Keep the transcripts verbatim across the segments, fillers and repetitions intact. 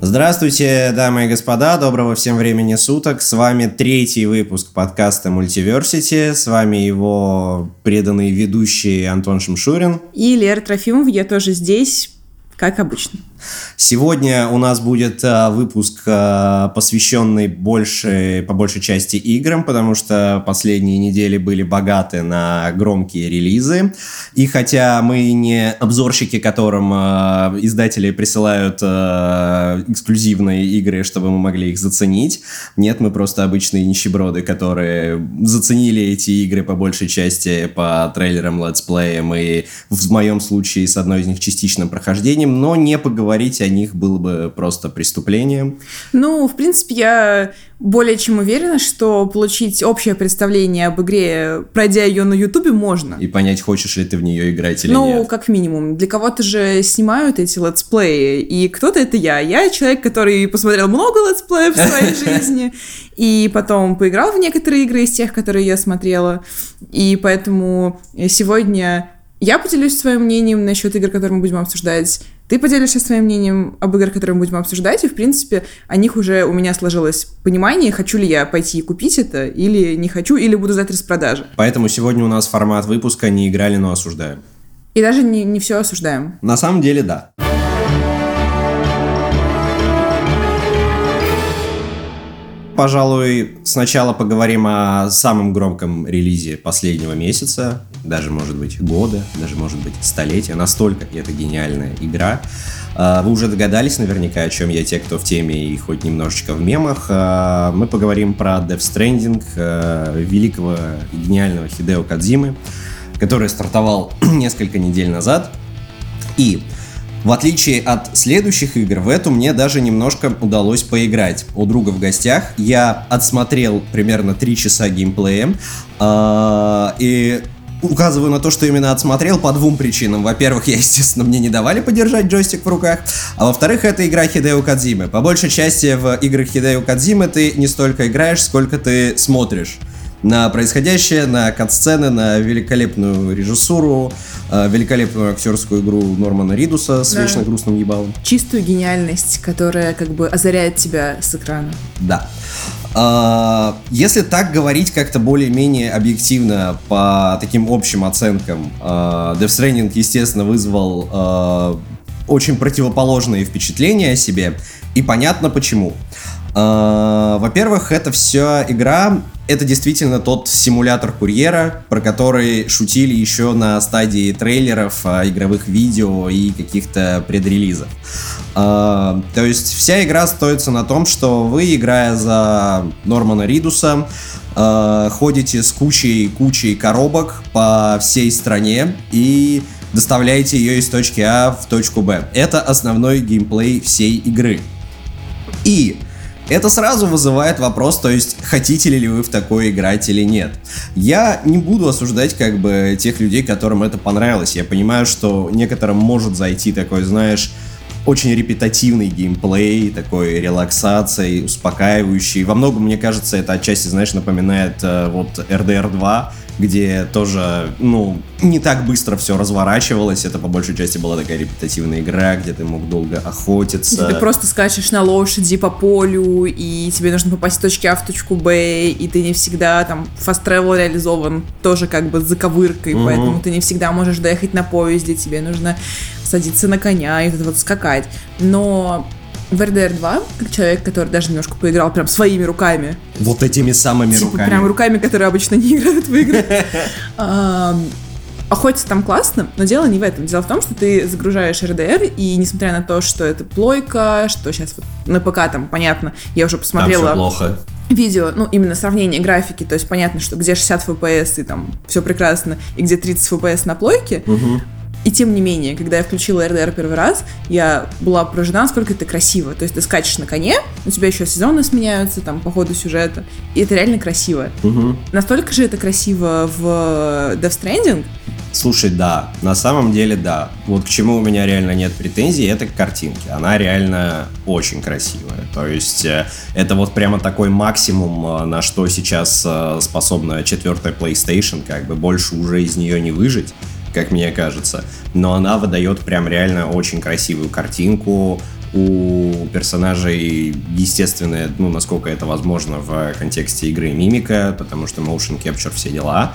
Здравствуйте, дамы и господа, доброго всем времени суток. С вами третий выпуск подкаста Multiversity. С вами его преданный ведущий Антон Шамшурин. И Лера Трофимов, я тоже здесь, как обычно. Сегодня у нас будет а, выпуск, а, посвященный больше, по большей части играм, потому что последние недели были богаты на громкие релизы. И хотя мы не обзорщики, которым а, издатели присылают а, эксклюзивные игры, чтобы мы могли их заценить, нет, мы просто обычные нищеброды, которые заценили эти игры по большей части по трейлерам, летсплеям и в моем случае с одной из них частичным прохождением, но не поговорили Говорить о них было бы просто преступлением. Ну, в принципе, я более чем уверена, что получить общее представление об игре, пройдя ее на Ютубе, можно. И понять, хочешь ли ты в нее играть или ну, нет. Ну, как минимум. Для кого-то же снимают эти летсплеи, и кто-то это я. Я человек, который посмотрел много летсплеев в своей жизни, и потом поиграл в некоторые игры из тех, которые я смотрела. И поэтому сегодня я поделюсь своим мнением насчет игр, которые мы будем обсуждать. Ты поделишься своим мнением об играх, которые мы будем обсуждать, и, в принципе, о них уже у меня сложилось понимание, хочу ли я пойти и купить это, или не хочу, или буду ждать распродажи. Поэтому сегодня у нас формат выпуска «Не играли, но осуждаем». И даже не, не все осуждаем. На самом деле, да. Пожалуй, сначала поговорим о самом громком релизе последнего месяца, даже, может быть, года, даже, может быть, столетия. Настолько это гениальная игра. Вы уже догадались наверняка, о чем я, те, кто в теме и хоть немножечко в мемах. Мы поговорим про Death Stranding, великого и гениального Хидео Кодзимы, который стартовал несколько недель назад. И в отличие от следующих игр, в эту мне даже немножко удалось поиграть. У друга в гостях я отсмотрел примерно три часа геймплея. Э- и указываю на то, что именно отсмотрел по двум причинам. Во-первых, я, естественно, мне не давали подержать джойстик в руках. А во-вторых, это игра Хидео Кодзимы. По большей части в играх Хидео Кодзимы ты не столько играешь, сколько ты смотришь на происходящее, на кат-сцены, на великолепную режиссуру, э, великолепную актерскую игру Нормана Ридуса с да. вечно грустным ебалом. Чистую гениальность, которая как бы озаряет тебя с экрана. Да. Э, если так говорить как-то более-менее объективно по таким общим оценкам, э, Death Stranding, естественно, вызвал э, очень противоположные впечатления о себе, и понятно почему. Uh, во-первых, это все игра, это действительно тот симулятор курьера, про который шутили еще на стадии трейлеров, игровых видео и каких-то предрелизов. Uh, то есть вся игра строится на том, что вы, играя за Нормана Ридуса, uh, ходите с кучей-кучей коробок по всей стране и доставляете ее из точки А в точку Б. Это основной геймплей всей игры. И это сразу вызывает вопрос, то есть, хотите ли вы в такое играть или нет. Я не буду осуждать, как бы, тех людей, которым это понравилось. Я понимаю, что некоторым может зайти такой, знаешь, очень репетативный геймплей, такой релаксацией, успокаивающий. Во многом, мне кажется, это отчасти, знаешь, напоминает э, вот эр дэ эр два, где тоже, ну, не так быстро все разворачивалось. Это по большей части была такая репетативная игра, где ты мог долго охотиться. Где ты просто скачешь на лошади по полю, и тебе нужно попасть с точки А в точку Б, и ты не всегда там fast travel реализован тоже как бы с заковыркой, угу. Поэтому ты не всегда можешь доехать на поезде, тебе нужно садиться на коня и вот, вот скакать. Но в эр дэ эр два, как человек, который даже немножко поиграл прям своими руками. Вот этими самыми типа, руками. Прям руками, которые обычно не играют в игры. Охотиться там классно, но дело не в этом. Дело в том, что ты загружаешь эр дэ эр, и несмотря на то, что это плойка, что сейчас вот на ПК там, понятно, я уже посмотрела... Там все плохо. Видео, ну, именно сравнение графики, то есть понятно, что где шестьдесят эф пи эс и там все прекрасно, и где тридцать эф пи эс на плойке. Угу. И тем не менее, когда я включила эр дэ эр первый раз, я была поражена, насколько это красиво. То есть ты скачешь на коне, у тебя еще сезоны сменяются там по ходу сюжета, и это реально красиво. Угу. Настолько же это красиво в Death Stranding. Слушай, да, на самом деле да. Вот к чему у меня реально нет претензий, это к картинке. Она реально очень красивая. То есть это вот прямо такой максимум, на что сейчас способна четвертая PlayStation, как бы больше уже из нее не выжить. как мне кажется. Но она выдает прям реально очень красивую картинку. У персонажей, естественно, ну, насколько это возможно в контексте игры, мимика, потому что motion capture, все дела.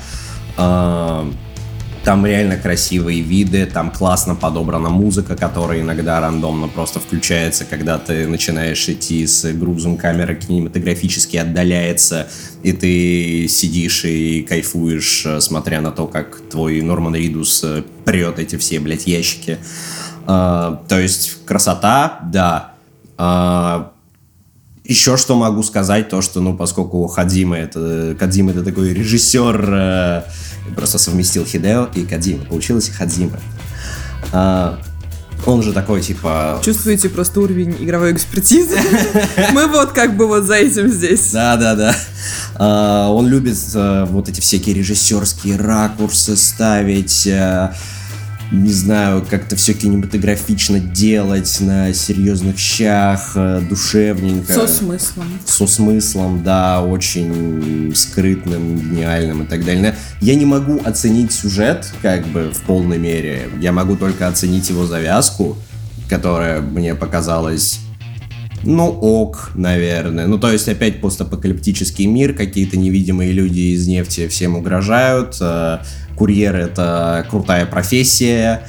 Там реально красивые виды, там классно подобрана музыка, которая иногда рандомно просто включается, когда ты начинаешь идти с грузом, камера кинематографически отдаляется, и ты сидишь и кайфуешь, смотря на то, как твой Норман Ридус прет эти все, блядь, ящики. Uh, то есть красота, да. Uh, еще что могу сказать, то что, ну, поскольку Кодзима это, Кодзима это такой режиссер, uh, просто совместил Хидео и Кодзима, получилось Кодзима. Uh, он же такой, типа... Чувствуете просто уровень игровой экспертизы? Мы вот как бы вот за этим здесь. Да-да-да. Он любит вот эти всякие режиссерские ракурсы ставить... не знаю, как-то все кинематографично делать на серьезных щах, душевненько. Со смыслом. Со смыслом, да, очень скрытным, гениальным и так далее. Я не могу оценить сюжет, как бы, в полной мере. Я могу только оценить его завязку, которая мне показалась... Ну, ок, наверное. Ну, то есть, опять постапокалиптический мир, какие-то невидимые люди из нефти всем угрожают. Курьер — это крутая профессия.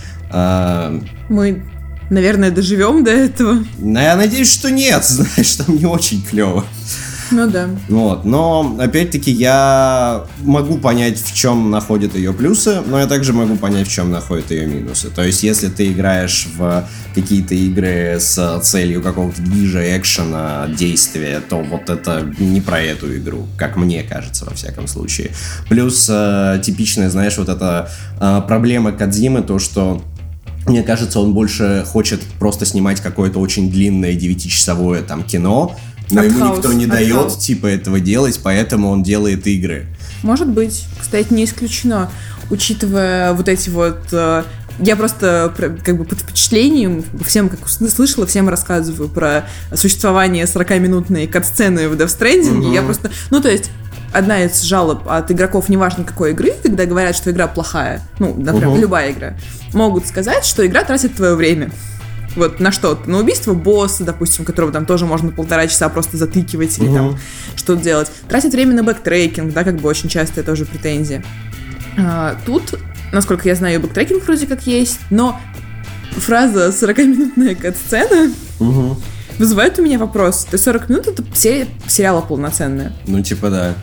Мы, наверное, доживем до этого. Я надеюсь, что нет, знаешь, там не очень клево. Ну да. Вот, но, опять-таки, я могу понять, в чем находят ее плюсы, но я также могу понять, в чем находят ее минусы. То есть, если ты играешь в какие-то игры с целью какого-то движа, экшена, действия, то вот это не про эту игру, как мне кажется, во всяком случае. Плюс, э, типичная, знаешь, вот эта э, проблема Кодзимы, то, что мне кажется, он больше хочет просто снимать какое-то очень длинное девятичасовое там кино, но ему Артхаус, никто не дает, артхаус. типа, этого делать, поэтому он делает игры. Может быть. Кстати, не исключено, учитывая вот эти вот... э, Я просто про- как бы под впечатлением, всем, как ус- слышала, всем рассказываю про существование сорокаминутной кат-сцены в Death Stranding. Мгм. Я просто... Ну, то есть, одна из жалоб от игроков, неважно какой игры, когда говорят, что игра плохая, ну, например, Мгм. любая игра, могут сказать, что игра тратит твое время. Вот на что-то, на убийство босса, допустим, которого там тоже можно полтора часа просто затыкивать или Мгм. там что-то делать. Тратит время на бэктрекинг, да, как бы очень часто это тоже претензия. А, тут, насколько я знаю, бэктрекинг вроде как есть, но фраза «сорокаминутная кат-сцена» Угу. вызывает у меня вопрос. То есть сорок минут — это серия сериала полноценная. Ну, типа, да.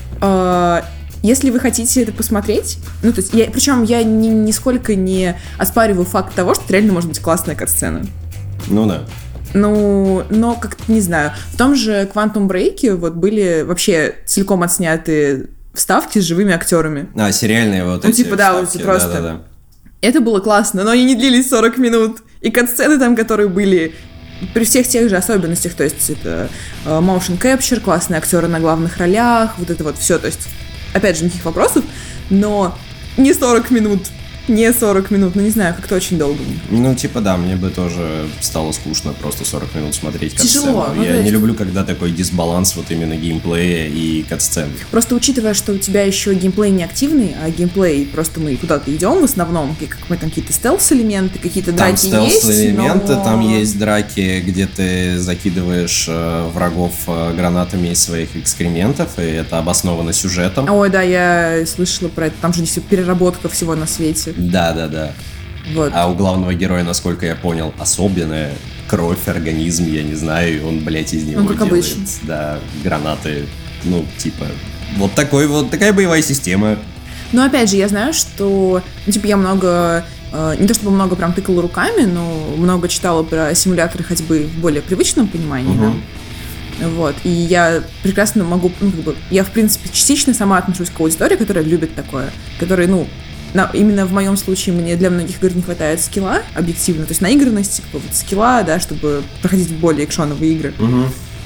А, Если вы хотите это посмотреть, ну, то есть, я, причем я ни, нисколько не оспариваю факт того, что это реально может быть классная кат-сцена. Ну, да. Ну, но как-то, не знаю, в том же Quantum Break вот были вообще целиком отсняты вставки с живыми актерами. А, сериальные вот Ну, эти типа, да, вот вставки, эти просто. да-да-да. Это было классно, но они не длились сорок минут. И кат-сцены там, которые были при всех тех же особенностях, то есть это э, motion capture, классные актеры на главных ролях, вот это вот все, то есть, опять же, никаких вопросов, но не сорок минут, не сорок минут, ну не знаю, как-то очень долго. Ну, типа, да, мне бы тоже стало скучно просто сорок минут смотреть кат-сцену. Тяжело, ну, Я то есть- не люблю, когда такой дисбаланс вот именно геймплея и кат-сцен. Просто учитывая, что у тебя еще геймплей не активный, а геймплей просто мы куда-то идем в основном, и как мы там какие-то стелс-элементы, какие-то Там драки есть, стелс-элементы, но... там есть драки, где ты закидываешь э, врагов э, гранатами из своих экскрементов, и это обосновано сюжетом. Ой, да, я слышала про это, там же здесь переработка всего на свете. Да-да-да. Вот. А у главного героя, насколько я понял, особенная кровь, организм, я не знаю, и он, блядь, из него Ну, как делает, обычно. да, гранаты, ну, типа, вот такой вот, такая боевая система. Но опять же, я знаю, что, ну, типа, я много, э, не то чтобы много прям тыкала руками, но много читала про симуляторы ходьбы в более привычном понимании, Мгм. да. Вот, и я прекрасно могу, ну, как бы, я, в принципе, частично сама отношусь к аудитории, которая любит такое, которая, ну, на- именно в моем случае мне для многих игр не хватает скилла, объективно, то есть наигранности, какого-то скилла, да, чтобы проходить более экшоновые игры. Угу.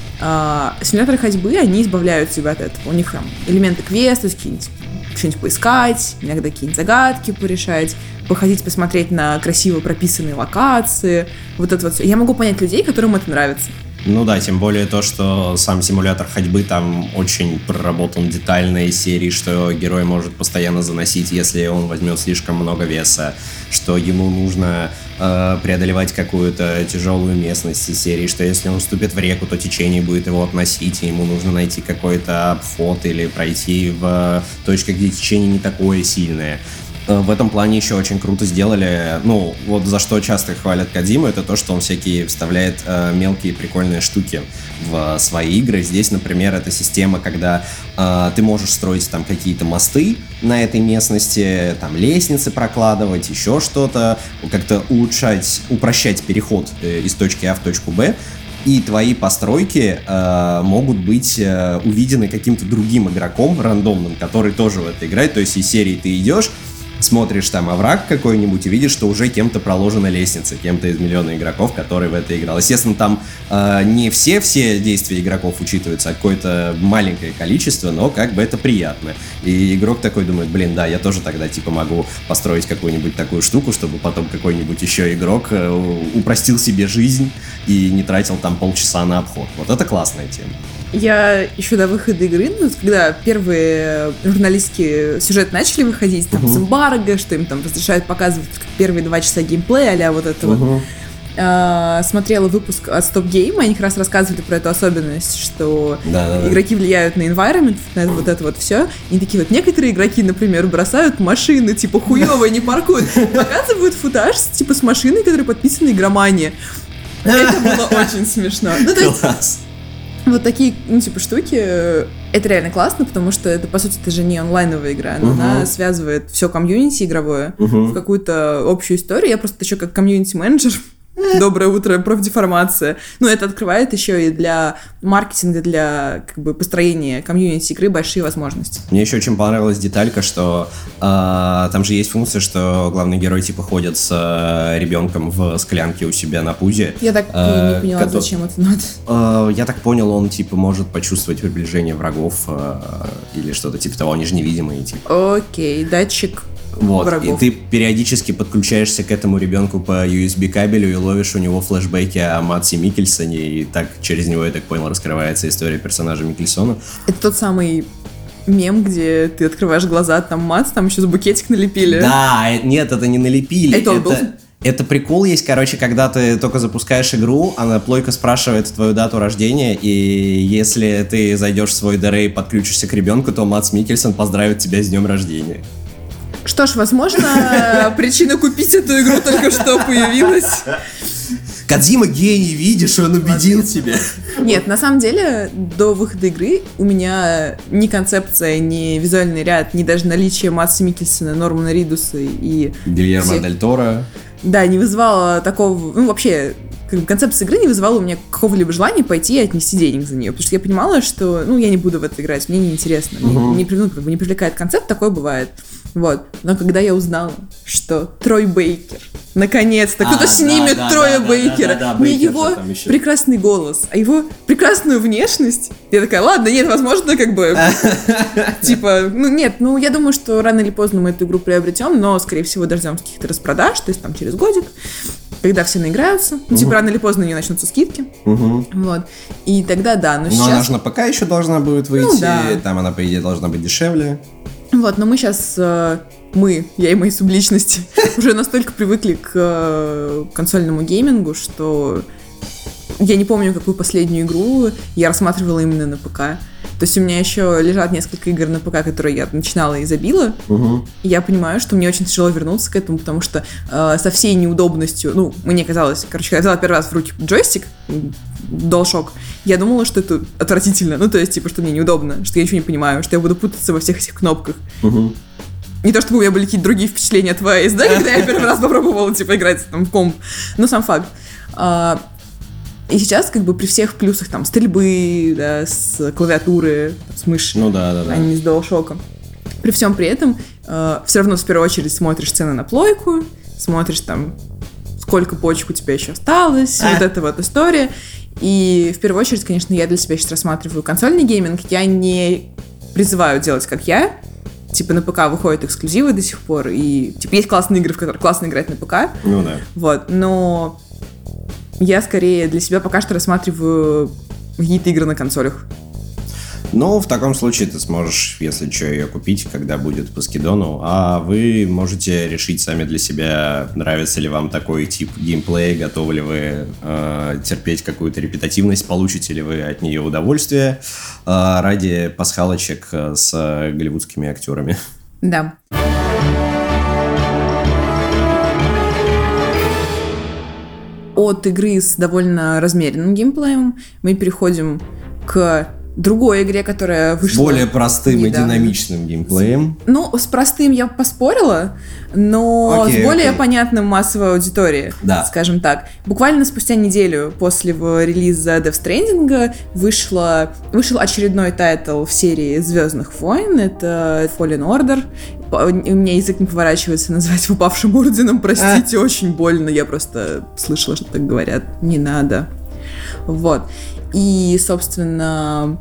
А, симуляторы ходьбы, они избавляют тебя от этого. У них там элементы квеста, то есть какие-нибудь что-нибудь поискать, иногда какие-нибудь загадки порешать, походить, посмотреть на красиво прописанные локации, вот это вот все. Я могу понять людей, которым это нравится. Ну да, тем более то, что сам симулятор ходьбы там очень проработан детально из серии, что герой может постоянно заносить, если он возьмет слишком много веса, что ему нужно э, преодолевать какую-то тяжелую местность из серии, что если он вступит в реку, то течение будет его относить, и ему нужно найти какой-то обход или пройти в точке, где течение не такое сильное. В этом плане еще очень круто сделали, ну, вот за что часто хвалят Кодзиму, это то, что он всякие вставляет э, мелкие прикольные штуки в свои игры. Здесь, например, это система, когда э, ты можешь строить там какие-то мосты на этой местности, там лестницы прокладывать, еще что-то, как-то улучшать, упрощать переход э, из точки А в точку Б. И твои постройки э, могут быть э, увидены каким-то другим игроком рандомным, который тоже в это играет. То есть из серии ты идешь, смотришь там овраг какой-нибудь и видишь, что уже кем-то проложена лестница, кем-то из миллиона игроков, который в это играл. Естественно, там э, не все-все действия игроков учитываются, а какое-то маленькое количество, но как бы это приятно. И игрок такой думает, блин, да, я тоже тогда типа могу построить какую-нибудь такую штуку, чтобы потом какой-нибудь еще игрок э, упростил себе жизнь и не тратил там полчаса на обход. Вот это классная тема. Я еще до выхода игры, ну, когда первые журналистские сюжеты начали выходить, там, uh-huh. с эмбарго, что им там разрешают показывать первые два часа геймплея, а-ля вот это uh-huh. вот. А, смотрела выпуск от Stop Game, они как раз рассказывали про эту особенность, что Да-да-да. игроки влияют на environment, на вот это вот все. И такие вот, некоторые игроки, например, бросают машины, типа, хуёво, не паркуют. Показывают футаж, типа, с машиной, которая подписана игромания. Это было очень смешно. Ну, то есть... Вот такие, ну, типа, штуки, это реально классно, потому что это, по сути, это же не онлайновая игра, но uh-huh. она связывает все комьюнити игровое uh-huh. в какую-то общую историю. Я просто еще как комьюнити-менеджер. Доброе утро, профдеформация. Ну, это открывает еще и для маркетинга, для как бы построения комьюнити игры большие возможности. Мне еще очень понравилась деталька, что э, там же есть функция, что главный герой типа ходит с э, ребенком в склянке у себя на пузе. Я так э, не поняла, ко- зачем это надо. Э, я так понял, он типа может почувствовать приближение врагов э, или что-то типа того, они же невидимые. Типа. Окей, датчик. Вот, врагов. И ты периодически подключаешься к этому ребенку по ю эс би кабелю и ловишь у него флешбеки о Мадсе Миккельсоне, и так через него, я так понял, раскрывается история персонажа Миккельсона. Это тот самый мем, где ты открываешь глаза, там Мадс, там еще с букетик налепили. Да, нет, это не налепили. Это, это, это прикол есть, короче, когда ты только запускаешь игру, она плойка спрашивает твою дату рождения, и если ты зайдешь в свой ди ар эй и подключишься к ребенку, то Мадс Миккельсон поздравит тебя с днем рождения. Что ж, возможно, причина купить эту игру только что появилась. Кодзима гений, видишь, он убедил тебя. Нет, на самом деле, до выхода игры у меня ни концепция, ни визуальный ряд, ни даже наличие Мадса Миккельсона, Нормана Ридуса и... Гильермо всех... Дель Торо. Да, не вызывало такого... Ну, вообще, как бы концепция игры не вызывала у меня какого-либо желания пойти и отнести денег за нее. Потому что я понимала, что, ну, я не буду в это играть, мне неинтересно. Мне uh-huh. не, ну, как бы не привлекает концепт, такое бывает. Вот. Но когда я узнала, что Трой Бейкер, наконец-то, кто-то а, снимет да, Троя да, Бейкера, да, да, да, да, не его прекрасный голос, а его прекрасную внешность, я такая, ладно, нет, возможно, как бы, типа, ну нет, ну я думаю, что рано или поздно мы эту игру приобретем, но, скорее всего, дождемся каких-то распродаж, то есть там через годик, когда все наиграются, ну, типа, рано или поздно у нее начнутся скидки, вот, и тогда да, но сейчас... Но она же на ПК еще должна будет выйти, там она, по идее, должна быть дешевле. Вот, но мы сейчас, э, мы, я и мои субличности, уже настолько привыкли к э, консольному геймингу, что я не помню, какую последнюю игру я рассматривала именно на ПК. То есть у меня еще лежат несколько игр на ПК, которые я начинала и забила. Угу. И я понимаю, что мне очень тяжело вернуться к этому, потому что э, со всей неудобностью, ну, мне казалось, короче, когда я взяла первый раз в руки джойстик, DualShock, я думала, что это отвратительно. Ну, то есть, типа, что мне неудобно, что я ничего не понимаю, что я буду путаться во всех этих кнопках. Угу. Не то, чтобы у меня были какие-то другие впечатления от ви эс, да, когда я первый раз попробовала, типа, играть там в комп. Но сам факт. А, и сейчас, как бы, при всех плюсах, там, стрельбы, да, с клавиатуры, с мыши, ну, да, да, да. а не с DualShock'ом, при всем при этом э, все равно в первую очередь смотришь цены на плойку, смотришь, там, сколько почек у тебя еще осталось, а. вот эта вот история. И в первую очередь, конечно, я для себя сейчас рассматриваю консольный гейминг. Я не призываю делать, как я. Типа, на ПК выходят эксклюзивы до сих пор, и, типа, есть классные игры, в которые классно играть на ПК. Ну, да. Вот, но Я скорее для себя пока что рассматриваю какие-то игры на консолях. Ну, в таком случае ты сможешь, если что, ее купить, когда будет по скидону, а вы можете решить сами для себя, нравится ли вам такой тип геймплея, готовы ли вы э, терпеть какую-то репетативность, получите ли вы от нее удовольствие э, ради пасхалочек с э, голливудскими актерами. Да. От игры с довольно размеренным геймплеем мы переходим к другой игре, которая вышла... С более простым недавно. И динамичным геймплеем. Ну, с простым я поспорила, но окей, с более окей. понятным массовой аудитории, да. скажем так. Буквально спустя неделю после релиза Death Stranding вышла, вышел очередной тайтл в серии «Звездных войн». Это Fallen Order. У меня язык не поворачивается назвать упавшим орденом, простите, а. очень больно. Я просто слышала, что так говорят. Не надо. Вот. И, собственно,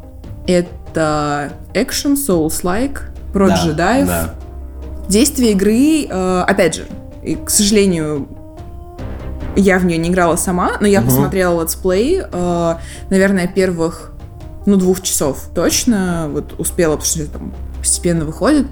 это экшен, Souls-like, про да, джедаев. Да. Действие игры, э, опять же, и, к сожалению, я в нее не играла сама, но я угу. посмотрела летсплей, э, наверное, первых, ну, двух часов точно, вот успела, потому что там постепенно выходит.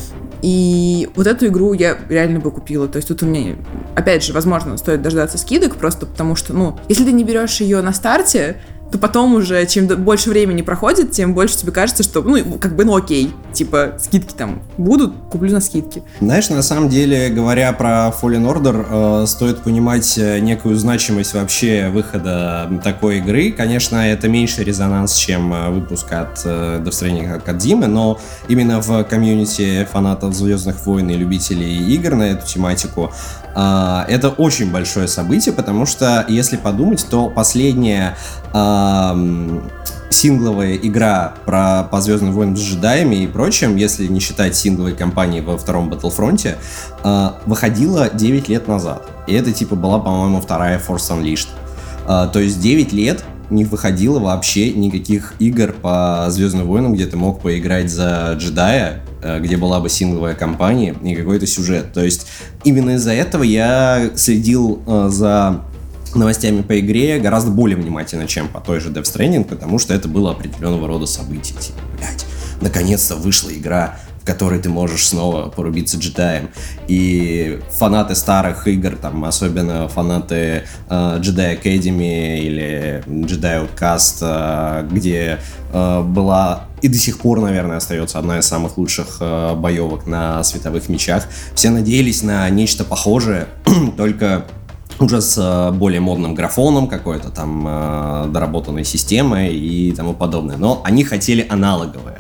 И вот эту игру я реально бы купила. То есть тут у меня, опять же, возможно, стоит дождаться скидок, просто потому что, ну, если ты не берешь ее на старте, то потом уже, чем больше времени проходит, тем больше тебе кажется, что, ну, как бы, ну, окей, типа, скидки там будут, куплю на скидки. Знаешь, на самом деле, говоря про Fallen Order, э, стоит понимать некую значимость вообще выхода такой игры. Конечно, это меньше резонанс, чем выпуск от э, Death Stranding от Кодзимы, но именно в комьюнити фанатов Звездных войн и любителей игр на эту тематику э, это очень большое событие, потому что, если подумать, то последняя э, сингловая игра про, по Звездным войнам с джедаями и прочим, если не считать сингловой кампании во втором Battlefront, э, выходила девять лет назад. И это типа была, по-моему, вторая Force Unleashed. Э, то есть девять лет не выходило вообще никаких игр по Звездным войнам, где ты мог поиграть за джедая, э, где была бы сингловая кампания и какой-то сюжет. То есть именно из-за этого я следил э, за новостями по игре гораздо более внимательно, чем по той же Death Stranding, потому что это было определенного рода событие. Типа, блядь, наконец-то вышла игра, в которой ты можешь снова порубиться джедаем. И фанаты старых игр, там, особенно фанаты uh, Jedi Academy или Jedi Outcast, uh, где uh, была и до сих пор, наверное, остается одна из самых лучших uh, боевок на световых мечах, все надеялись на нечто похожее, только уже с более модным графоном, какой-то там э, доработанной системой и тому подобное. Но они хотели аналоговое.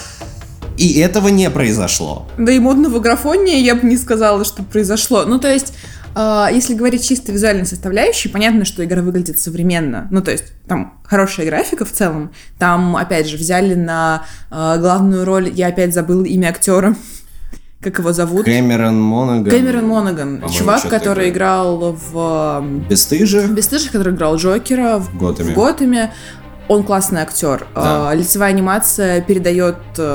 И этого не произошло. Да и модного графония я бы не сказала, что произошло. Ну, то есть, э, если говорить чисто визуальной составляющей, понятно, что игра выглядит современно. Ну, то есть, там хорошая графика в целом. Там, опять же, взяли на э, главную роль, я опять забыла имя актера. Как его зовут? Кэмерон Монаган. Кэмерон Монаган. Чувак, который такое. играл в... Бесстыжих. Бесстыжих, который играл Джокера в Готэме. В Готэме. Он классный актер. Да. Лицевая анимация передает,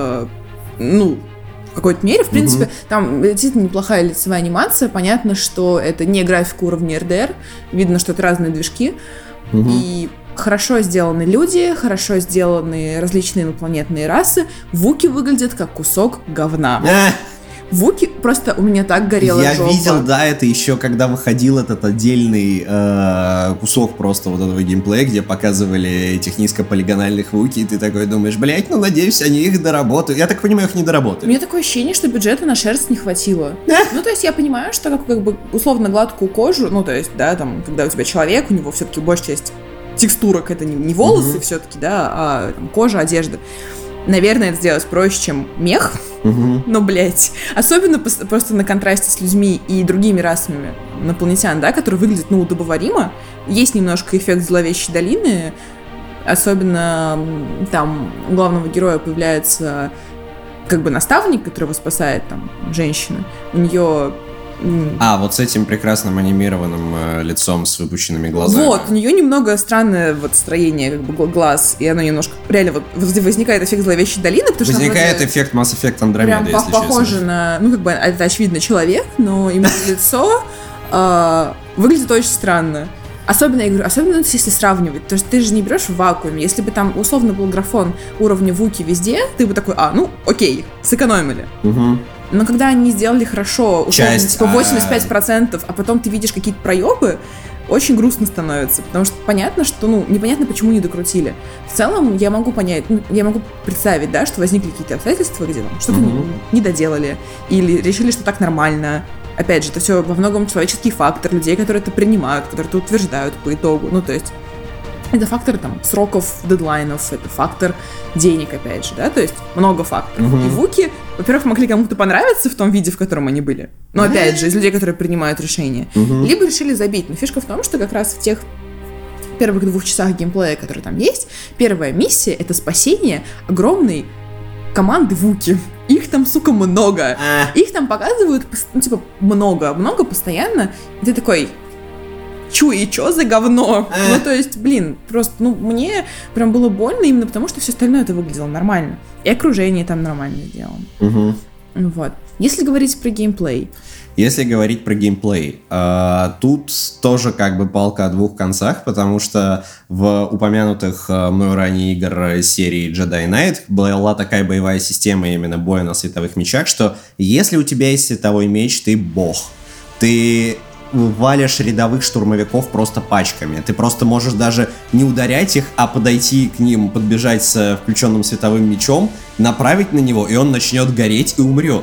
ну, в какой-то мере. В принципе, угу. там действительно неплохая лицевая анимация. Понятно, что это не графика уровня эр дэ эр. Видно, что это разные движки. Угу. И... Хорошо сделаны люди, хорошо сделаны различные инопланетные расы. Вуки выглядят как кусок говна. Вуки просто у меня так горела Я жопа. видел, да, это еще когда выходил этот отдельный э, кусок просто вот этого геймплея, где показывали этих низкополигональных Вуки, и ты такой думаешь, блять, ну надеюсь, они их доработают. Я так понимаю, их не доработали. У меня такое ощущение, что бюджета на шерсть не хватило. Ну, то есть я понимаю, что как, как бы условно гладкую кожу, ну, то есть, да, там, когда у тебя человек, у него все-таки большая часть текстурок, это не, не волосы mm-hmm. все-таки, да, а там, кожа, одежда. Наверное, это сделать проще, чем мех, mm-hmm. но, блядь, особенно по- просто на контрасте с людьми и другими расами инопланетян, да, которые выглядят, ну, удобоваримо. Есть немножко эффект зловещей долины, особенно там у главного героя появляется как бы наставник, который его спасает, там, женщина. У нее... А, вот с этим прекрасным анимированным э, лицом с выпущенными глазами. Вот, у нее немного странное вот строение как бы глаз, и оно немножко, реально вот возникает эффект зловещей долины, потому возникает что... эффект Mass Effect Andromeda, прям если похоже честно. на, ну как бы это очевидно человек, но именно лицо э, выглядит очень странно. Особенно, я говорю, особенно если сравнивать, потому что ты же не берешь в вакууме. Если бы там условно был графон уровня Вуки везде, ты бы такой, а, ну, окей, сэкономили. Угу. Но когда они сделали хорошо, условно, Часть, типа восемьдесят пять процентов, а потом ты видишь какие-то проебы, очень грустно становится, потому что понятно, что, ну, непонятно, почему не докрутили. В целом, я могу понять, ну, я могу представить, да, что возникли какие-то обстоятельства, где там что-то mm-hmm. не, не доделали, или решили, что так нормально. Опять же, это все во многом человеческий фактор, людей, которые это принимают, которые это утверждают по итогу. Ну, то есть, это фактор, там, сроков, дедлайнов, это фактор денег, опять же, да, то есть, много факторов. Mm-hmm. И Вуки, во-первых, могли кому-то понравиться в том виде, в котором они были, но, опять же, из людей, которые принимают решения, mm-hmm. либо решили забить. Но фишка в том, что как раз в тех первых двух часах геймплея, которые там есть, первая миссия — это спасение огромной команды Вуки. Их там, сука, много. А. Их там показывают, ну, типа, много, много постоянно. И ты такой, чу, и чё за говно? А. Ну, то есть, блин, просто, ну, мне прям было больно именно потому, что все остальное это выглядело нормально. И окружение там нормально сделано. Угу. Вот. Если говорить про геймплей. Если говорить про геймплей, э, тут тоже как бы палка о двух концах, потому что в упомянутых э, мною ранее игр серии Jedi Knight была такая боевая система именно боя на световых мечах, что если у тебя есть световой меч, ты бог. Ты валишь рядовых штурмовиков просто пачками. Ты просто можешь даже не ударять их, а подойти к ним, подбежать с включенным световым мечом, направить на него, и он начнет гореть и умрет.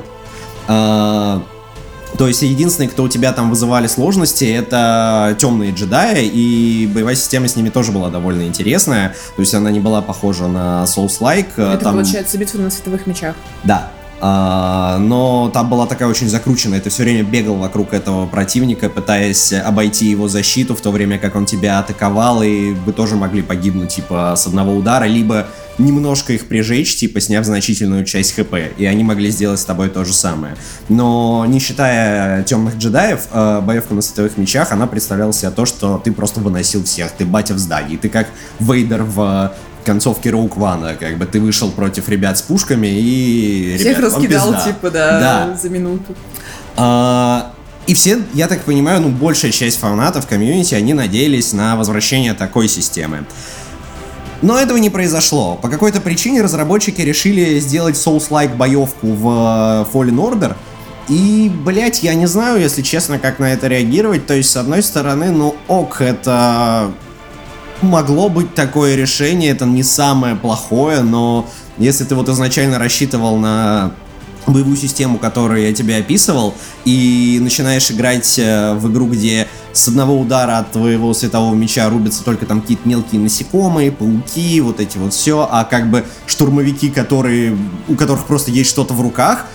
Э, То есть единственные, кто у тебя там вызывали сложности, это темные джедаи, и боевая система с ними тоже была довольно интересная. То есть она не была похожа на Souls-like. Это, там... получается, битва на световых мечах. Да. А, но там была такая очень закрученная. Ты все время бегал вокруг этого противника, пытаясь обойти его защиту, в то время как он тебя атаковал, и вы тоже могли погибнуть типа с одного удара, либо немножко их прижечь, типа сняв значительную часть хп, и они могли сделать с тобой то же самое. Но не считая темных джедаев, боевка на световых мечах, она представляла себе то, что ты просто выносил всех, ты батя в здании, ты как Вейдер в концовке Роуг Вана, как бы ты вышел против ребят с пушками и... Всех ребят, раскидал, типа, да, да, за минуту. А, и все, я так понимаю, ну, большая часть фанатов комьюнити, они надеялись на возвращение такой системы. Но этого не произошло. По какой-то причине разработчики решили сделать Souls-like боевку в Fallen Order. И, блять, я не знаю, если честно, как на это реагировать. То есть, с одной стороны, ну ок, это... могло быть такое решение, это не самое плохое, но если ты вот изначально рассчитывал на боевую систему, которую я тебе описывал, и начинаешь играть в игру, где с одного удара от твоего светового меча рубятся только там какие-то мелкие насекомые, пауки, вот эти вот все, а как бы штурмовики, которые, у которых просто есть что-то в руках,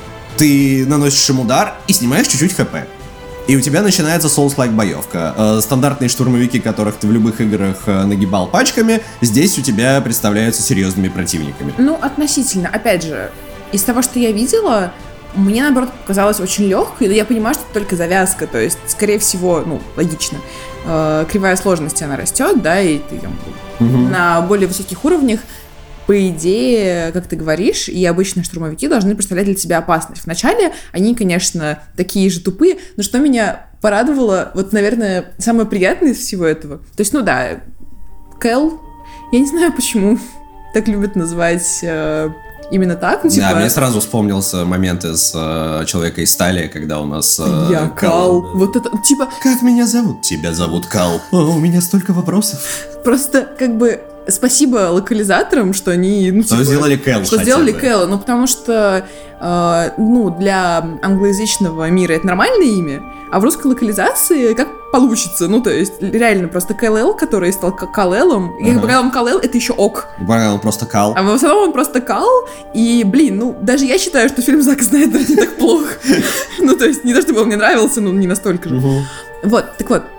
ты наносишь им удар и снимаешь чуть-чуть хп. И у тебя начинается Souls-like боевка. Э, стандартные штурмовики, которых ты в любых играх э, нагибал пачками, здесь у тебя представляются серьезными противниками. Ну, относительно. Опять же, из того, что я видела, мне, наоборот, показалось очень легкой, но я понимаю, что это только завязка, то есть, скорее всего, ну, логично, э, кривая сложности, она растет, да, и ты там, угу. на более высоких уровнях, по идее, как ты говоришь, и обычные штурмовики должны представлять для тебя опасность. Вначале они, конечно, такие же тупые, но что меня порадовало, вот, наверное, самое приятное из всего этого, то есть, ну да, Кэл, я не знаю, почему так любят называть... Э, именно так, ну, типа... Да, мне сразу вспомнился момент из э, «Человека из стали», когда у нас... Э, Я Кал. Кал. Вот это, типа... Как меня зовут? Тебя зовут Кал. О, у меня столько вопросов. Просто, как бы, спасибо локализаторам, что они... Ну, что типа, сделали Кэл. Что сделали Кэла, ну, потому что, э, ну, для англоязычного мира это нормальное имя, а в русской локализации как получится, ну, то есть, реально, просто Кэл-Эл, который стал Кал-Элом, uh-huh. я пока он Кал-Эл, это еще ок. Пока он просто Кал. А в основном он просто Кал, и, блин, ну, даже я считаю, что фильм Зака Снайдера не так плох. Ну, то есть, не то, чтобы он мне нравился, но не настолько же. Вот, так вот.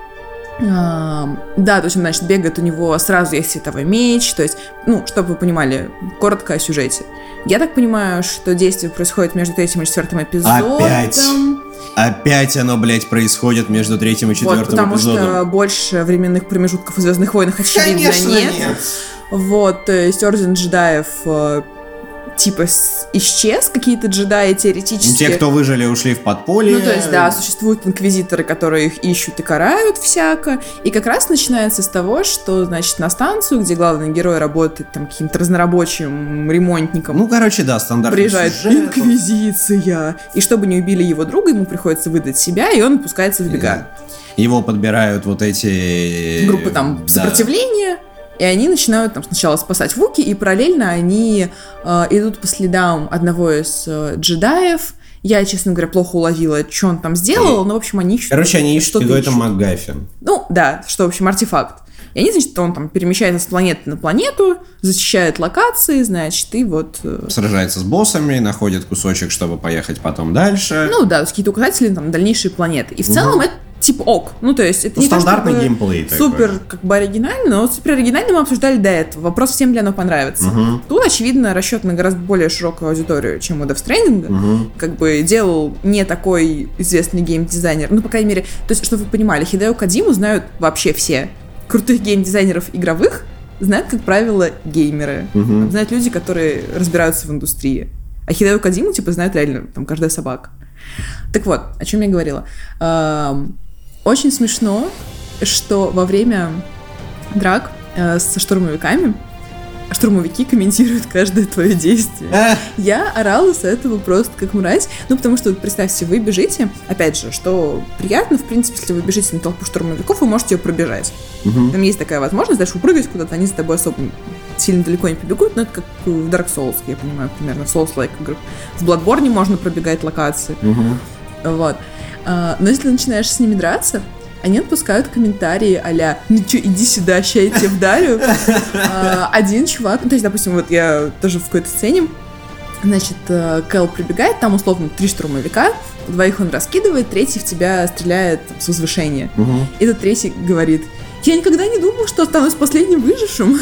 Да, то есть он, значит, бегает, у него сразу есть световой меч, то есть, ну, чтобы вы понимали, коротко о сюжете. Я так понимаю, что действие происходит между третьим и четвертым эпизодом. Опять? Опять оно, блядь, происходит между третьим и четвертым вот, потому эпизодом. Потому что больше временных промежутков в «Звездных войнах» очевидно Конечно, нет. нет. Вот, то есть Орден джедаев типа с- исчез, какие-то джедаи теоретически. Те, кто выжили, ушли в подполье. Ну, то есть, да, существуют инквизиторы, которые их ищут и карают всяко. И как раз начинается с того, что, значит, на станцию, где главный герой работает там каким-то разнорабочим ремонтником, Ну, короче, да, стандартный приезжает сюжет. инквизиция. И чтобы не убили его друга, ему приходится выдать себя, и он пускается в бега. Его подбирают вот эти... Группы там да. сопротивления, и они начинают там сначала спасать Вуки, и параллельно они э, идут по следам одного из э, джедаев. Я, честно говоря, плохо уловила, что он там сделал, но, в общем, они ищут... Короче, они ищут что-то какой-то ищут. МакГаффи. Ну, да, что, в общем, артефакт. И они, значит, он там перемещается с планеты на планету, зачищает локации, значит, и вот... э, Сражается с боссами, находит кусочек, чтобы поехать потом дальше. Ну, да, какие-то указатели, там, дальнейшие планеты. И в целом это типа ок. Ну, то есть, это Ну, не то, стандартный чтобы геймплей такой. супер, как бы, оригинально, но супер оригинально мы обсуждали до этого. Вопрос, всем ли оно понравится. Мгм. Тут, очевидно, расчет на гораздо более широкую аудиторию, чем у Death Stranding. Мгм. Как бы делал не такой известный геймдизайнер. Ну, по крайней мере, то есть, чтобы вы понимали, Хидео Кодзиму знают вообще все. Крутых геймдизайнеров игровых знают, как правило, геймеры. Мгм. Знают люди, которые разбираются в индустрии. А Хидео Кодзиму, типа, знают реально там каждая собака. Так вот, о чем я говорила. Эм, Очень смешно, что во время драк э, со штурмовиками штурмовики комментируют каждое твое действие. А, Я орала с этого просто как мразь. Ну, потому что, вот, представьте, вы бежите, опять же, что приятно, в принципе, если вы бежите на толпу штурмовиков, вы можете ее пробежать. мгм. Там есть такая возможность, дальше упрыгать куда-то, они за тобой особо сильно далеко не побегут, но это как в Dark Souls, я понимаю, примерно, в Souls-like играх. В Bloodborne можно пробегать локации. Мгм. Вот. А, но если ты начинаешь с ними драться, они отпускают комментарии а-ля «Ну чё, иди сюда, ща я тебе вдарю». А, Один чувак, ну, то есть, допустим, вот я тоже в какой-то сцене, значит, э, Кэл прибегает, там условно три штурмовика, двоих он раскидывает, третий в тебя стреляет там, с возвышения. Мгм. И этот третий говорит: «Я никогда не думал, что останусь последним выжившим».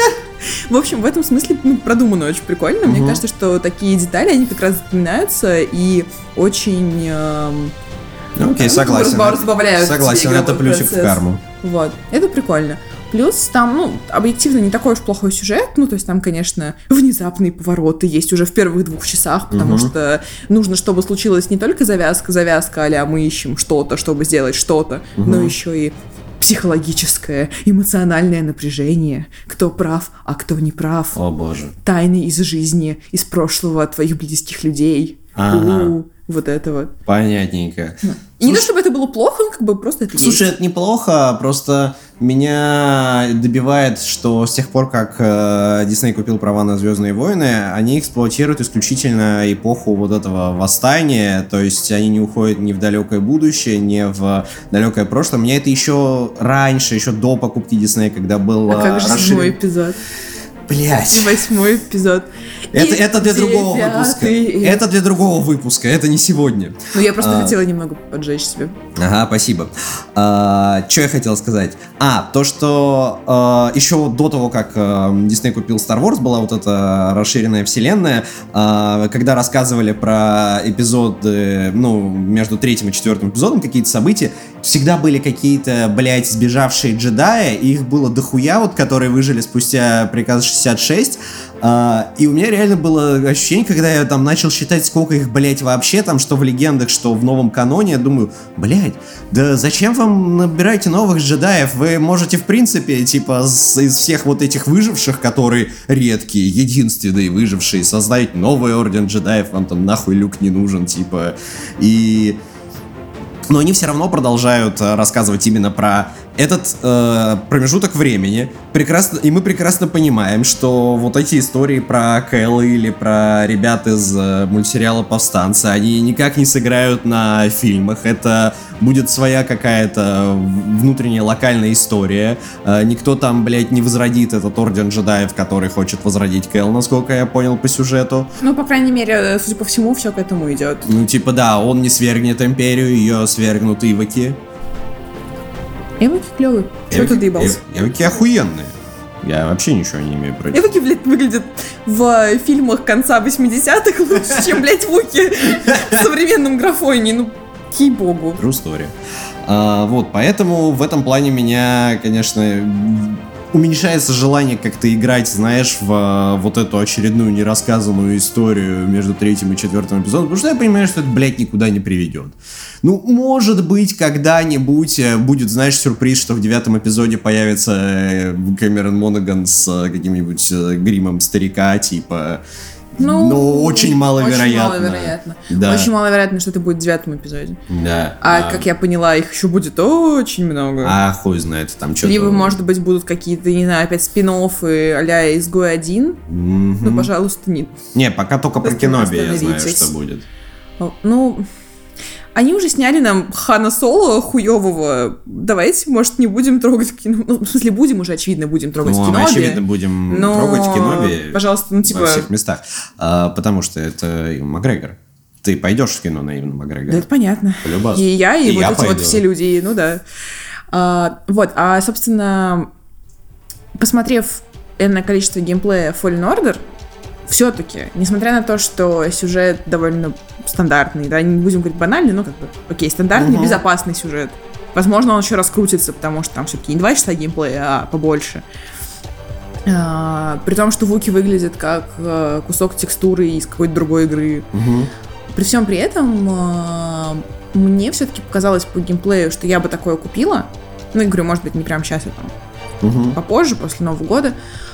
В общем, в этом смысле ну, продумано очень прикольно. Мне Мгм. кажется, что такие детали, они как раз запоминаются и очень... эм, Ну, окей, ну, согласен. разбав- разбавляют Согласен, это игровой плюсик в процесс. карму. Вот, это прикольно. Плюс там, ну, объективно не такой уж плохой сюжет, ну, то есть там, конечно, внезапные повороты есть уже в первых двух часах, потому Мгм. что нужно, чтобы случилась не только завязка, завязка, а-ля мы ищем что-то, чтобы сделать что-то, но Мгм. еще и психологическое, эмоциональное напряжение. Кто прав, а кто не прав. О боже. Тайны из жизни, из прошлого твоих близких людей. Ага. У, вот это вот. Понятненько. И не то, чтобы это было плохо, ну, как бы просто это Слушай, есть. это неплохо, просто меня добивает, что с тех пор, как э, Дисней купил права на «Звездные войны», они эксплуатируют исключительно эпоху вот этого восстания, то есть они не уходят ни в далекое будущее, ни в далекое прошлое. Меня это еще раньше, еще до покупки Диснея, когда был А как же расширен- седьмой эпизод? Блять. И восьмой эпизод. Это, И это для другого выпуска. девятый. Это для другого выпуска, это не сегодня. Ну, я просто А. хотела немного поджечь себе. Ага, спасибо. А, что я хотел сказать? А, то, что а, еще до того, как а, Дисней купил Star Wars, была вот эта расширенная вселенная, а, когда рассказывали про эпизоды, ну, между третьим и четвертым эпизодом, какие-то события, всегда были какие-то, блядь, сбежавшие джедаи, и их было дохуя, вот, которые выжили спустя приказ шестьдесят шесть, а, и у меня реально было ощущение, когда я там начал считать, сколько их, блядь, вообще там, что в легендах, что в новом каноне, я думаю, блядь, да зачем вам набираете новых джедаев? Вы можете, в принципе, типа, с- из всех вот этих выживших, которые редкие, единственные выжившие, создать новый орден джедаев, вам там нахуй Люк не нужен, типа, и... Но они все равно продолжают э, рассказывать именно про этот э, промежуток времени. Прекрасно, и мы прекрасно понимаем, что вот эти истории про Кэлла или про ребят из э, мультсериала «Повстанцы», они никак не сыграют на фильмах. Это будет своя какая-то внутренняя локальная история. Э, никто там, блядь, не возродит этот орден джедаев, который хочет возродить Кэлл, насколько я понял по сюжету. Ну, по крайней мере, судя по всему, все к этому идет. Ну, типа, да, он не свергнет империю, ее свергнут ивоки. Эвоки клевые. Что ты доебался? Эвоки охуенные. Я вообще ничего не имею против. Эвоки, блядь, выглядят в фильмах конца восьмидесятых лучше, чем, блядь, Вуки в современном графоне. Ну, ей-богу. True story. А, вот, поэтому в этом плане меня, конечно, уменьшается желание как-то играть, знаешь, в вот эту очередную нерассказанную историю между третьим и четвертым эпизодом, потому что я понимаю, что это, блядь, никуда не приведет. Ну, может быть, когда-нибудь будет, знаешь, сюрприз, что в девятом эпизоде появится Кэмерон Монаган с каким-нибудь гримом старика, типа... Ну, но очень маловероятно. Очень маловероятно. Да. Очень маловероятно, что это будет в девятом эпизоде. Да. А, а, как я поняла, их еще будет очень много. А хуй знает, там что-то... Либо, может быть, будут какие-то, не знаю, опять спин-оффы а-ля «Изгой один». Mm-hmm. Ну, пожалуйста, не... Не, пока только про Кеноби я знаю, Остановитесь. что будет. Ну... Они уже сняли нам Хана Соло хуёвого. Давайте, может, не будем трогать кино. Ну, в смысле, будем уже, очевидно, будем трогать ну, Кеноби. мы, очевидно, будем но... трогать Кеноби пожалуйста, ну, типа... во всех местах. А, потому что это Макгрегор. Ты пойдешь в кино на Ивана Макгрегора? Да, это понятно. Полюбас. И я, и, и вот я эти пойду. вот все люди, ну да. А, вот, а, собственно, посмотрев энное количество геймплея Fallen Order, все-таки, несмотря на то, что сюжет довольно стандартный, да, не будем говорить банальный, но как бы, окей, стандартный, угу. безопасный сюжет. Возможно, он еще раскрутится, потому что там все-таки не два часа геймплея, а побольше. А, при том, что Вуки выглядит как а, кусок текстуры из какой-то другой игры. Угу. При всем при этом а, мне все-таки показалось по геймплею, что я бы такое купила. Ну, я говорю, может быть, не прямо сейчас, а там угу. попозже, после Нового года.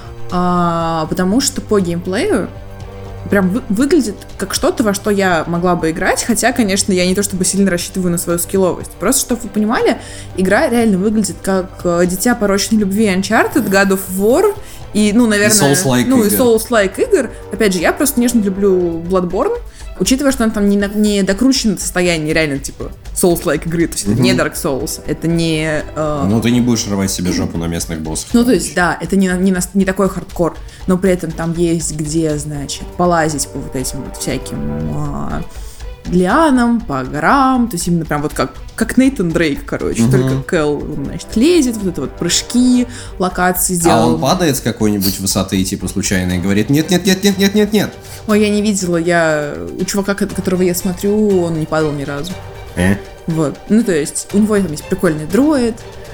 А, потому что по геймплею прям вы, выглядит как что-то, во что я могла бы играть, хотя, конечно, я не то чтобы сильно рассчитываю на свою скилловость. Просто, чтобы вы понимали, игра реально выглядит как Дитя порочной любви Uncharted, God of War и, ну, наверное... И Souls-like ну, игр. и Souls-like игр. Опять же, я просто нежно люблю Bloodborne, учитывая, что он там не, на, не докручен в состоянии реально, типа, Souls-like игры. То есть mm-hmm. это не Dark Souls, это не... Э... Ну, ты не будешь рвать себе жопу на местных боссах. Ну, то есть, да, это не, не, не такой хардкор, но при этом там есть где, значит, полазить по вот этим вот всяким э, лианам, по горам, то есть именно прям вот как, как Нейтан Дрейк, короче, mm-hmm. только Кэл, значит, лезет, вот это вот прыжки, локации сделал. А он падает с какой-нибудь высоты, типа, случайно, и говорит, нет-нет-нет-нет-нет-нет-нет. Ой, я не видела, я... У чувака, которого я смотрю, он не падал ни разу. Э? Вот. Ну, то есть, у него там есть прикольный дроид.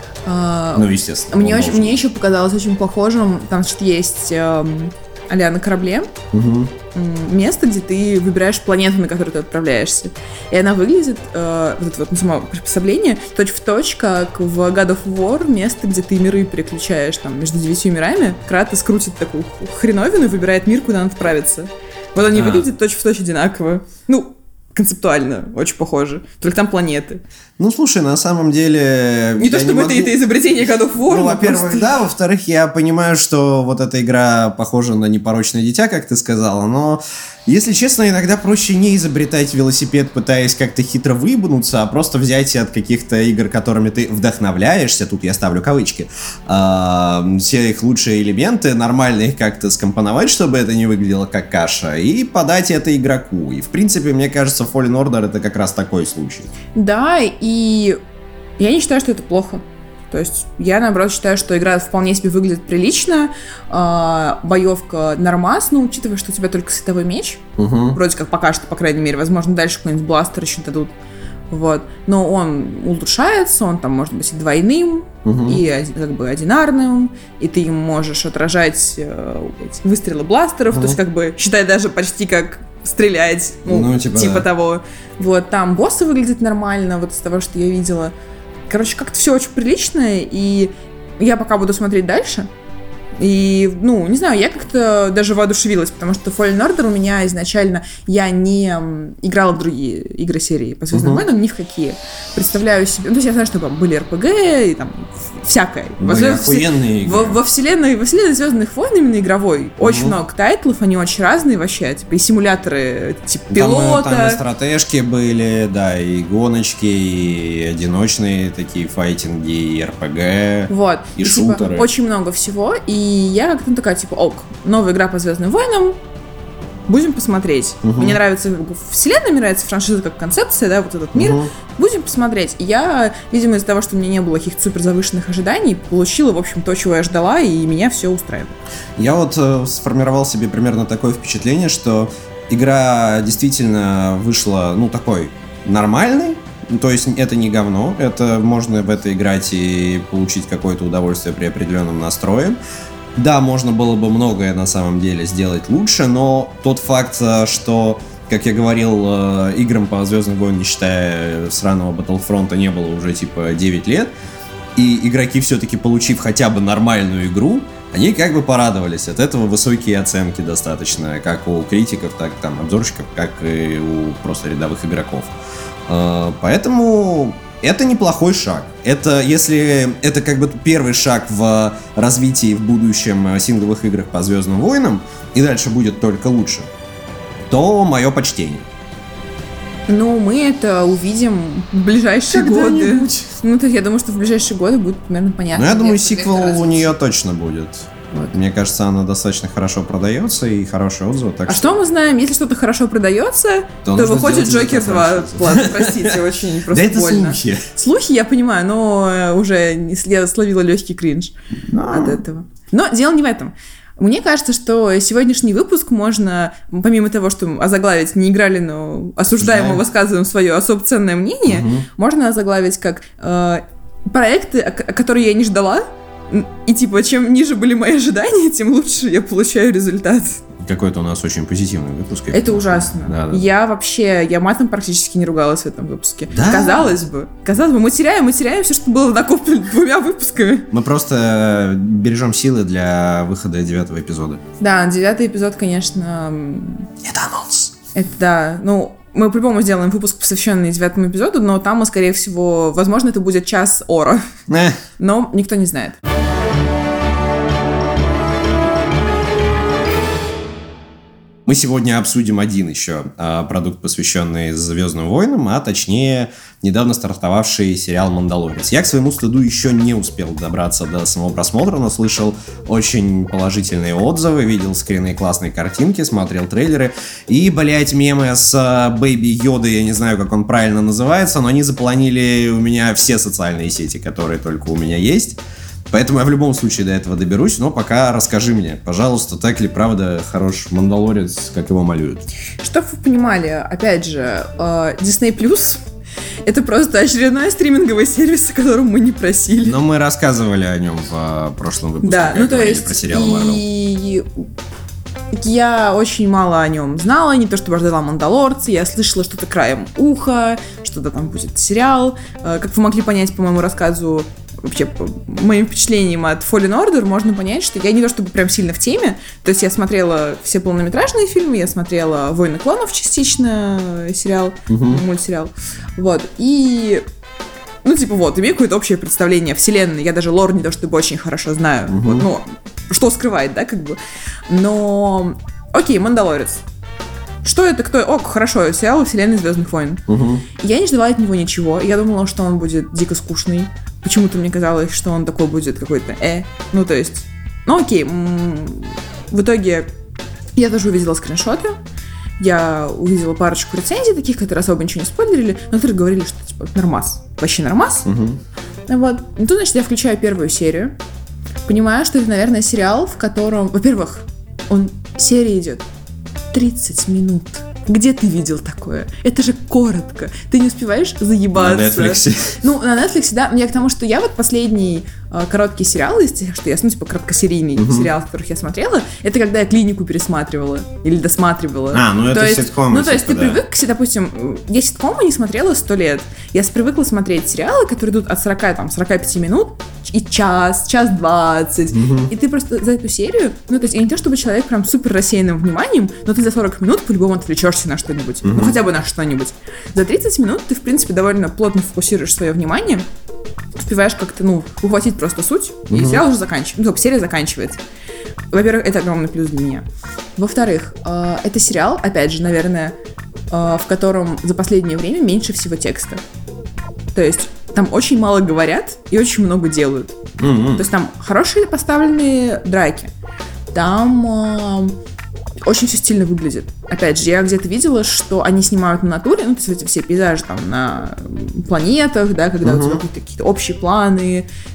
А, ну, естественно. Мне, очень, мне еще показалось очень похожим, там что-то есть эм, а-ля на корабле, угу. место, где ты выбираешь планету, на которую ты отправляешься. И она выглядит, э, вот это вот, ну, само приспособление, точь-в-точь, как в God of War, место, где ты миры переключаешь там между девятью мирами. Кратос крутит такую хреновину и выбирает мир, куда он отправится. Вот они а. выглядят точь-в-точь одинаково. Ну, концептуально очень похожи. Только там планеты. Ну, слушай, на самом деле... Не то, чтобы не могу... это, это изобретение God of War. Ну, во-первых, просто... да. Во-вторых, я понимаю, что вот эта игра похожа на непорочное дитя, как ты сказала, но... Если честно, иногда проще не изобретать велосипед, пытаясь как-то хитро выебнуться, а просто взять от каких-то игр, которыми ты вдохновляешься, тут я ставлю кавычки, э, все их лучшие элементы, нормально их как-то скомпоновать, чтобы это не выглядело как каша, и подать это игроку. И, в принципе, мне кажется, Fallen Order — это как раз такой случай. Да, и я не считаю, что это плохо. То есть я, наоборот, считаю, что игра вполне себе выглядит прилично, э, боевка нормас, но учитывая, что у тебя только световой меч, угу. вроде как пока что, по крайней мере, возможно, дальше какой-нибудь бластер еще дадут, вот, но он улучшается, он там может быть и двойным, угу. и как бы одинарным, и ты им можешь отражать э, эти выстрелы бластеров, угу. то есть как бы, считай, даже почти как стрелять, ну, ну типа, типа да. того. Вот, там боссы выглядят нормально, вот из того, что я видела. Короче, как-то все очень приличное, и я пока буду смотреть дальше. И, ну, не знаю, я как-то даже воодушевилась, потому что Fallen Order у меня изначально... Я не играла в другие игры серии по Звездным войнам, ни в какие. Представляю себе... Ну, то есть я знаю, что там были эр пи джи и там всякое. Ну, во, охуенные во, во, вселенной, во вселенной Звездных войн, именно игровой, угу. очень много тайтлов, они очень разные вообще. Типа и симуляторы, типа там, пилота. Там и стратежки были, да, и гоночки, и одиночные такие файтинги, и эр пи джи, вот. и, и Типа, шутеры. очень много всего, и И я как-то такая, типа, ок, новая игра по Звездным войнам, будем посмотреть. Uh-huh. Мне нравится вселенная, мне нравится франшиза как концепция, да, вот этот мир. Uh-huh. Будем посмотреть. И я, видимо, из-за того, что у меня не было каких-то супер завышенных ожиданий, получила, в общем, то, чего я ждала, и меня все устраивает. Я вот э, сформировал себе примерно такое впечатление, что игра действительно вышла, ну, такой нормальной, Ну, то есть это не говно, это можно в это играть и получить какое-то удовольствие при определенном настрое. Да, можно было бы многое на самом деле сделать лучше, но тот факт, что, как я говорил, играм по Звездным войнам, не считая сраного Battlefront, не было уже типа девять лет, и игроки все-таки, получив хотя бы нормальную игру, они как бы порадовались. От этого высокие оценки достаточно, как у критиков, так там обзорщиков, как и у просто рядовых игроков. Поэтому это неплохой шаг. Это, если это как бы первый шаг в развитии в будущем сингловых играх по Звездным войнам, и дальше будет только лучше, то мое почтение. Ну, мы это увидим в ближайшие годы. Ну, то я думаю, что в ближайшие годы будет примерно понятно. Ну, я думаю, сиквел у нее точно будет. Вот. Мне кажется, она достаточно хорошо продается и хорошие отзывы. Так а что... что мы знаем? Если что-то хорошо продается, то, то выходит Джокер два. Ладно, простите, очень просто больно. Да это слухи. Слухи, я понимаю, но уже я словила легкий кринж от этого. Но дело не в этом. Мне кажется, что сегодняшний выпуск можно, помимо того, что озаглавить «Не играли, но осуждаем и высказываем свое особо ценное мнение», угу. можно озаглавить как э, проекты, которые я не ждала, и типа, чем ниже были мои ожидания, тем лучше я получаю результат. Какой-то у нас очень позитивный выпуск. Это ужасно. Да, да. Я вообще, я матом практически не ругалась в этом выпуске. Да? Казалось бы. Казалось бы, мы теряем, мы теряем все, что было накоплено двумя выпусками. Мы просто бережем силы для выхода девятого эпизода. Да, девятый эпизод, конечно... Это анонс. Это да, ну... Мы по-любому сделаем выпуск, посвященный девятому эпизоду, но там мы, скорее всего, возможно, это будет час ора. Э. Но никто не знает. Мы сегодня обсудим один еще а, продукт, посвященный Звездным войнам, а точнее недавно стартовавший сериал «Мандалорец». Я, к своему стыду, еще не успел добраться до самого просмотра, но слышал очень положительные отзывы, видел скрины классные картинки, смотрел трейлеры и, блять, мемы с Бэйби Йодой, я не знаю, как он правильно называется, но они заполонили у меня все социальные сети, которые только у меня есть. Поэтому я в любом случае до этого доберусь, но пока расскажи мне, пожалуйста, так ли правда хорош Мандалорец, как его малюют? Чтоб вы понимали, опять же, Disney Plus это просто очередной стриминговый сервис, о котором мы не просили. Но мы рассказывали о нем в прошлом выпуске, да, ну, то есть про сериал Marvel. И... Я очень мало о нем знала, не то чтобы ждала Мандалорца, я слышала что-то краем уха, что-то там будет сериал. Как вы могли понять по моему рассказу, вообще, по моим впечатлениям от Fallen Order, можно понять, что я не то чтобы прям сильно в теме. То есть я смотрела все полнометражные фильмы, я смотрела «Войны клонов» частично, сериал, угу. мультсериал. Вот, и... Ну, типа, вот, имею какое-то общее представление о вселенной. Я даже лор не то чтобы очень хорошо знаю. Угу. Вот, ну, что скрывает, да, как бы. Но... Окей, «Мандалорец». Что это, кто... Ок, хорошо, сериал вселенной Звездных войн. Угу. Я не ждала от него ничего. Я думала, что он будет дико скучный. Почему-то мне казалось, что он такой будет какой-то э. Ну, то есть... Ну, окей. В итоге я тоже увидела скриншоты. Я увидела парочку рецензий таких, которые особо ничего не спойлерили, но которые говорили, что, типа, нормас. Вообще нормас. Угу. Вот. И тут, значит, я включаю первую серию. Понимаю, что это, наверное, сериал, в котором... Во-первых, он... Серия идет тридцать минут. Где ты видел такое? Это же коротко. Ты не успеваешь заебаться. На Netflix. Ну, на Netflix, да. Мне к тому, что я вот последний э, короткий сериал из тех, что я, ну, типа, короткосерийный mm-hmm. сериал, которых я смотрела, это когда я «Клинику» пересматривала или досматривала. А, ну то это есть, ситкомы. Ну, то есть типа, ты да. привык, допустим, я ситкомы не смотрела сто лет. Я привыкла смотреть сериалы, которые идут от сорока, там, сорока пяти минут и час, час двадцать. Mm-hmm. И ты просто за эту серию, ну, то есть, и не то, чтобы человек прям супер рассеянным вниманием, но ты за сорок минут по-любому отвлечешься на что-нибудь. Mm-hmm. Ну, хотя бы на что-нибудь. За тридцать минут ты, в принципе, довольно плотно фокусируешь свое внимание, успеваешь как-то, ну, ухватить просто суть, mm-hmm. и сериал уже заканчивается. Ну, серия заканчивается. Во-первых, это огромный плюс для меня. Во-вторых, э, это сериал, опять же, наверное, э, в котором за последнее время меньше всего текста. То есть там очень мало говорят и очень много делают. Mm-hmm. То есть там хорошие поставленные драки. Там... Э, очень все стильно выглядит. Опять же, я где-то видела, что они снимают на натуре, ну, то есть эти все пейзажи там на планетах, да, когда uh-huh. у тебя какие-то, какие-то общие планы,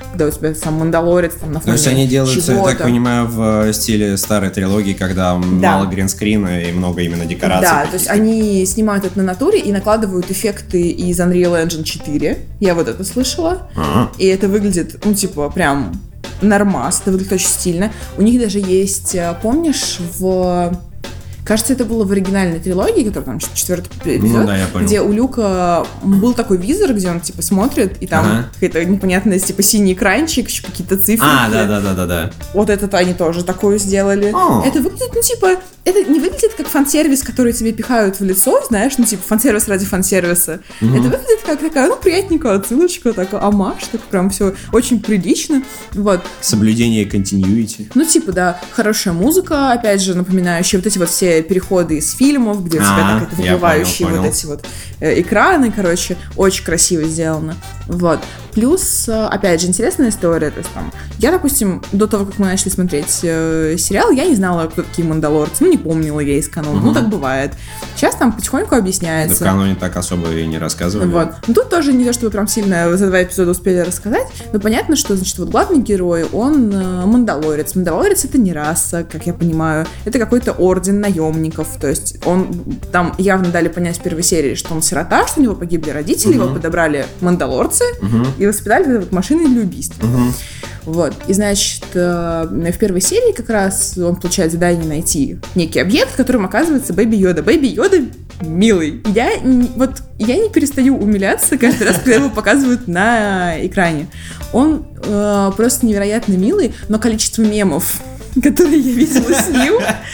когда у тебя сам Мандалорец там на фоне. То есть они делаются, я чего-то. так понимаю, в стиле старой трилогии, когда Да. мало гринскрина и много именно декораций. Да, то есть они снимают это на натуре и накладывают эффекты из Unreal Engine четыре. Я вот это слышала. Ага. И это выглядит, ну, типа, прям нормас. Это выглядит очень стильно. У них даже есть, помнишь, в... Кажется, это было в оригинальной трилогии, которая там четвертый эпизод, Ну да, я понял. где у Люка был такой визор, где он, типа, смотрит, и там Ага. какая-то непонятная, типа, синий экранчик, еще какие-то цифры. А, да-да-да-да-да. Вот это они тоже такое сделали. О. Это выглядит, ну, типа, это не выглядит как фан-сервис, который тебе пихают в лицо, знаешь, ну, типа, фан-сервис ради фан-сервиса. Это выглядит как такая, ну, приятненькая отсылочка, такой омаж, так прям все очень прилично. Вот. Соблюдение continuity. Ну, типа, да, хорошая музыка, опять же, напоминающая вот эти вот все переходы из фильмов, где у тебя А, так это я выплывающие понял, вот понял. эти вот э, экраны, короче, очень красиво сделано. Вот. Плюс, э, опять же, интересная история, то есть там, я, допустим, до того, как мы начали смотреть э, сериал, я не знала, кто такие мандалорцы, ну, не помнила я из канона, Мгм. ну, так бывает. Сейчас там потихоньку Да в объясняется. каноне так особо и не рассказывали. Вот. Ну, тут тоже не то, чтобы прям сильно за два эпизода успели рассказать, но понятно, что, значит, вот главный герой, он э, мандалорец. Мандалорец — это не раса, как я понимаю, это какой-то орден наемников, то есть он, там явно дали понять в первой серии, что он сирота, что у него погибли родители, Мгм. его подобрали мандалорцы Мгм. и воспитали как вот машины для убийств. Мгм. Вот. И, значит, э, в первой серии как раз он получает задание найти некий объект, которым оказывается Бэби Йода. Бэби Йода милый. Я не, вот, я не перестаю умиляться каждый раз, когда его показывают на экране. Он э, просто невероятно милый, но количество мемов, которые я видела с ним,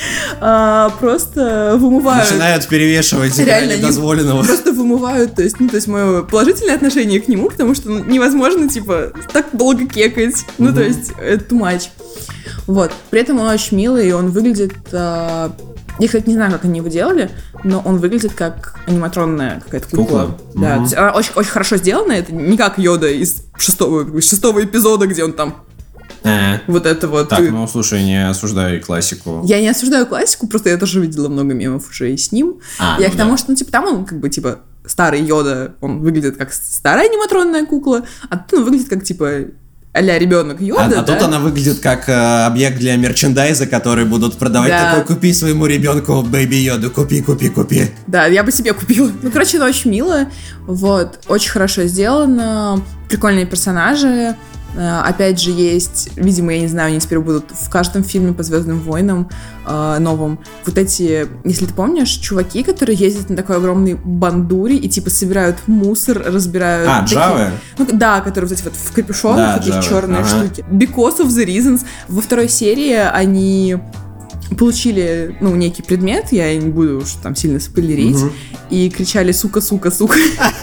э, просто вымывают. Начинают перевешивать Реально, грани они дозволенного. Просто вымывают, то есть, ну, то есть мое положительное отношение к нему, потому что ну, невозможно, типа, так долго кекать. Ну, Мгм. то есть, это too much. Вот. При этом он очень милый, и он выглядит... э, Я, кстати, не знаю, как они его делали, но он выглядит как аниматронная какая-то кукла. Кукла? Да, Мгм. то есть она очень, очень хорошо сделана, это не как Йода из шестого, из шестого эпизода, где он там Э. вот это вот... Так, и- ну слушай, не осуждаю и классику. Я не осуждаю классику, просто я тоже видела много мемов уже и с ним. А, я ну к тому, да. что, ну, типа, там он, как бы, типа, старый Йода, он выглядит как старая аниматронная кукла, а тут он выглядит как, типа, а-ля ребенок А, Йода, а да? тут она выглядит как э, объект для мерчендайза, который будут продавать. Да. Такой, купи своему ребенку Бэйби Йоду, купи, купи, купи. Да, я бы себе купила. Ну, короче, это очень мило, вот, очень хорошо сделано, прикольные персонажи. Э, Опять же, есть, видимо, я не знаю, они теперь будут в каждом фильме по Звездным войнам э, новом. Вот эти, если ты помнишь, чуваки, которые ездят на такой огромной бандуре и типа собирают мусор, разбирают. А, такие- Джавы? Ну, да, которые вот эти вот в капюшонах, Да, такие Джавы, черные ага. штуки. Because of the reasons. Во второй серии они получили, ну, некий предмет, я не буду уж там сильно спойлерить, Мгм. и кричали «сука, сука, сука».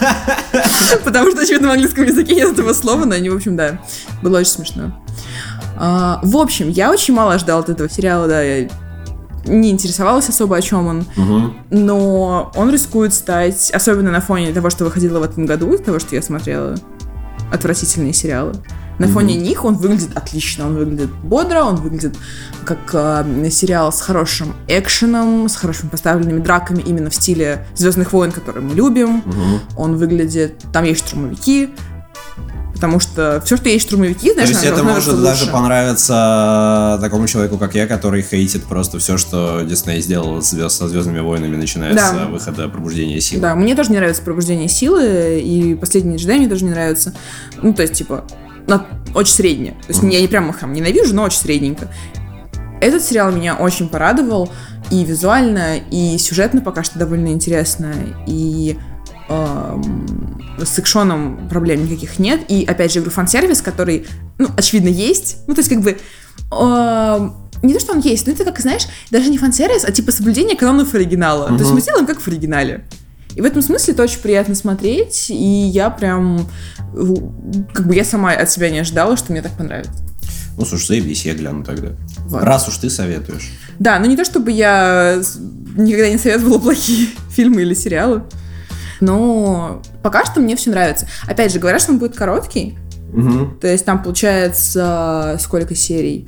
Потому что, очевидно, в английском языке нет этого слова, но они, в общем, да, было очень смешно. А, В общем, я очень мало ждала от этого сериала, да, я не интересовалась особо, о чем он, Мгм. но он рискует стать, особенно на фоне того, что выходило в этом году, того, что я смотрела, отвратительные сериалы. На Мгм. фоне них он выглядит отлично, он выглядит бодро, он выглядит как э, сериал с хорошим экшеном, с хорошими поставленными драками именно в стиле «Звездных войн», который мы любим. Мгм. Он выглядит... Там есть штурмовики, потому что все, что есть штурмовики, То знаешь, есть оно это становится может даже лучше. понравиться такому человеку, как я, который хейтит просто все, что Дисней сделал с звезд- со Звездными войнами, начиная Да. с выхода Пробуждения силы. Да, мне тоже не нравится «Пробуждение силы», и «Последний джедай» мне тоже не нравится. Ну, то есть, типа, на- очень средне. То есть, Мгм. я не прям их там ненавижу, но очень средненько. Этот сериал меня очень порадовал и визуально, и сюжетно пока что довольно интересно, и эм, с экшоном проблем никаких нет. И, опять же, говорю, фан-сервис, который, ну, очевидно, есть. Ну, то есть, как бы... эм, не то, что он есть, но это, как, знаешь, даже не фан-сервис, а типа соблюдение канонов оригинала. То есть Мгм. мы сделаем как в оригинале. И в этом смысле это очень приятно смотреть, и я прям, как бы я сама от себя не ожидала, что мне так понравится. Ну, слушай, заебись, я гляну тогда. Вот. Раз уж ты советуешь. Да, но не то, чтобы я с- никогда не советовала плохие фильмы или сериалы, но пока что мне все нравится. Опять же, говорят, что он будет короткий, Мгм. то есть там получается сколько серий?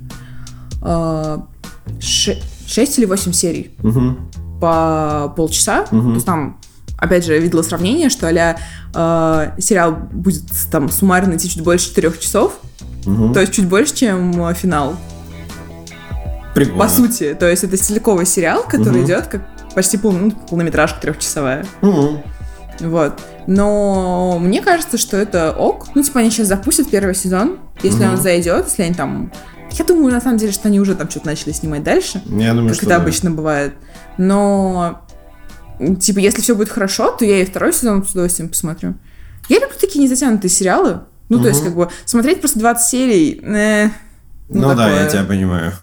А, ше- Шесть или восемь серий Мгм. по полчаса. Мгм. То есть там, опять же, я видела сравнение, что а-ля э, сериал будет там суммарно идти чуть больше четырех часов, Угу. То есть чуть больше, чем финал. Прикольно. По сути. То есть это стильковый сериал, который Угу. идет как почти пол, ну, полнометражка трехчасовая. Угу. Вот. Но мне кажется, что это ок. Ну, типа, они сейчас запустят первый сезон. Если Угу. он зайдет, если они там... Я думаю, на самом деле, что они уже там что-то начали снимать дальше. Я думаю, как что это да. обычно бывает. Но, типа, если все будет хорошо, то я и второй сезон с удовольствием посмотрю. Я люблю такие незатянутые сериалы. Ну, Угу. то есть, как бы, смотреть просто двадцать серий... э, Ну, ну, да, такое. я тебя понимаю.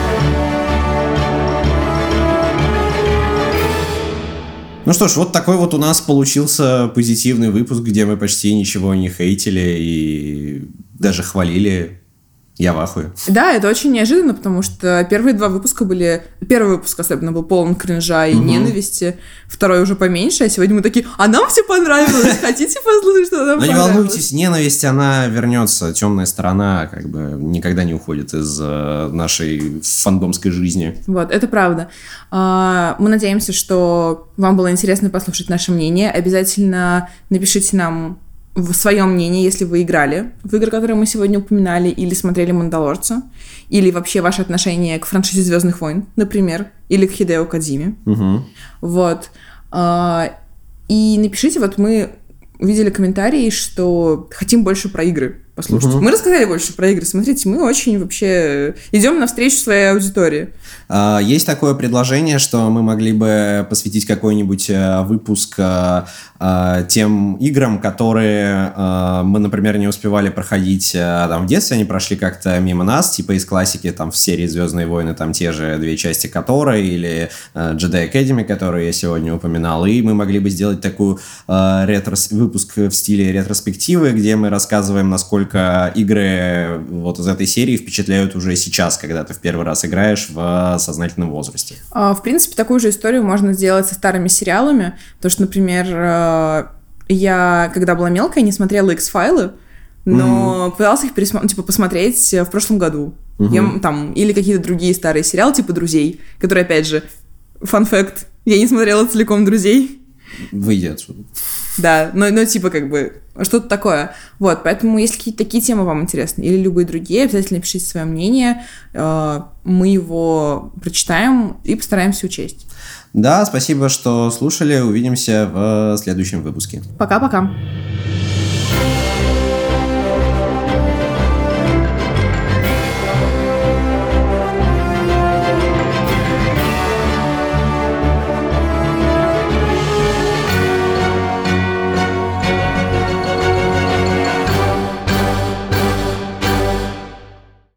Ну что ж, вот такой вот у нас получился позитивный выпуск, где мы почти ничего не хейтили и даже хвалили. Я в ахуе. Да, это очень неожиданно, потому что первые два выпуска были... Первый выпуск особенно был полон кринжа и Мгм. ненависти. Второй уже поменьше, а сегодня мы такие, а нам все понравилось, хотите послушать, что нам Но не понравилось? волнуйтесь, ненависть, она вернется. Темная сторона как бы никогда не уходит из э, нашей фандомской жизни. Вот, это правда. А, Мы надеемся, что вам было интересно послушать наше мнение. Обязательно напишите нам в свое мнение, если вы играли в игры, которые мы сегодня упоминали, или смотрели «Мандалорца», или вообще ваше отношение к франшизе «Звездных войн», например, или к Хидео Кодзиме. Угу. Вот. А, И напишите, вот мы увидели комментарии, что хотим больше про игры послушать. Мгм. Мы рассказали больше про игры. Смотрите, мы очень вообще идем навстречу своей аудитории. А, Есть такое предложение, что мы могли бы посвятить какой-нибудь э, выпуск э, э, тем играм, которые э, мы, например, не успевали проходить э, там в детстве, они прошли как-то мимо нас, типа из классики, там в серии «Звездные войны», там те же две части которой, или э, Jedi Academy, которую я сегодня упоминал, и мы могли бы сделать такую э, ретрос- выпуск в стиле ретроспективы, где мы рассказываем, насколько игры вот из этой серии впечатляют уже сейчас, когда ты в первый раз играешь в сознательном возрасте. А, В принципе, такую же историю можно сделать со старыми сериалами. Потому что, например, э, я, когда была мелкая, не смотрела X-файлы, но пыталась их пересмо- типа, посмотреть в прошлом году. Мгм. Я, м, там, или какие-то другие старые сериалы, типа «Друзей», которые, опять же, фан-факт, я не смотрела целиком «Друзей». Выйди отсюда. Да, но, но типа как бы что-то такое. Вот, поэтому если какие-то такие темы вам интересны или любые другие, обязательно пишите свое мнение, э, мы его прочитаем и постараемся учесть. Да, спасибо, что слушали. Увидимся в следующем выпуске. Пока-пока.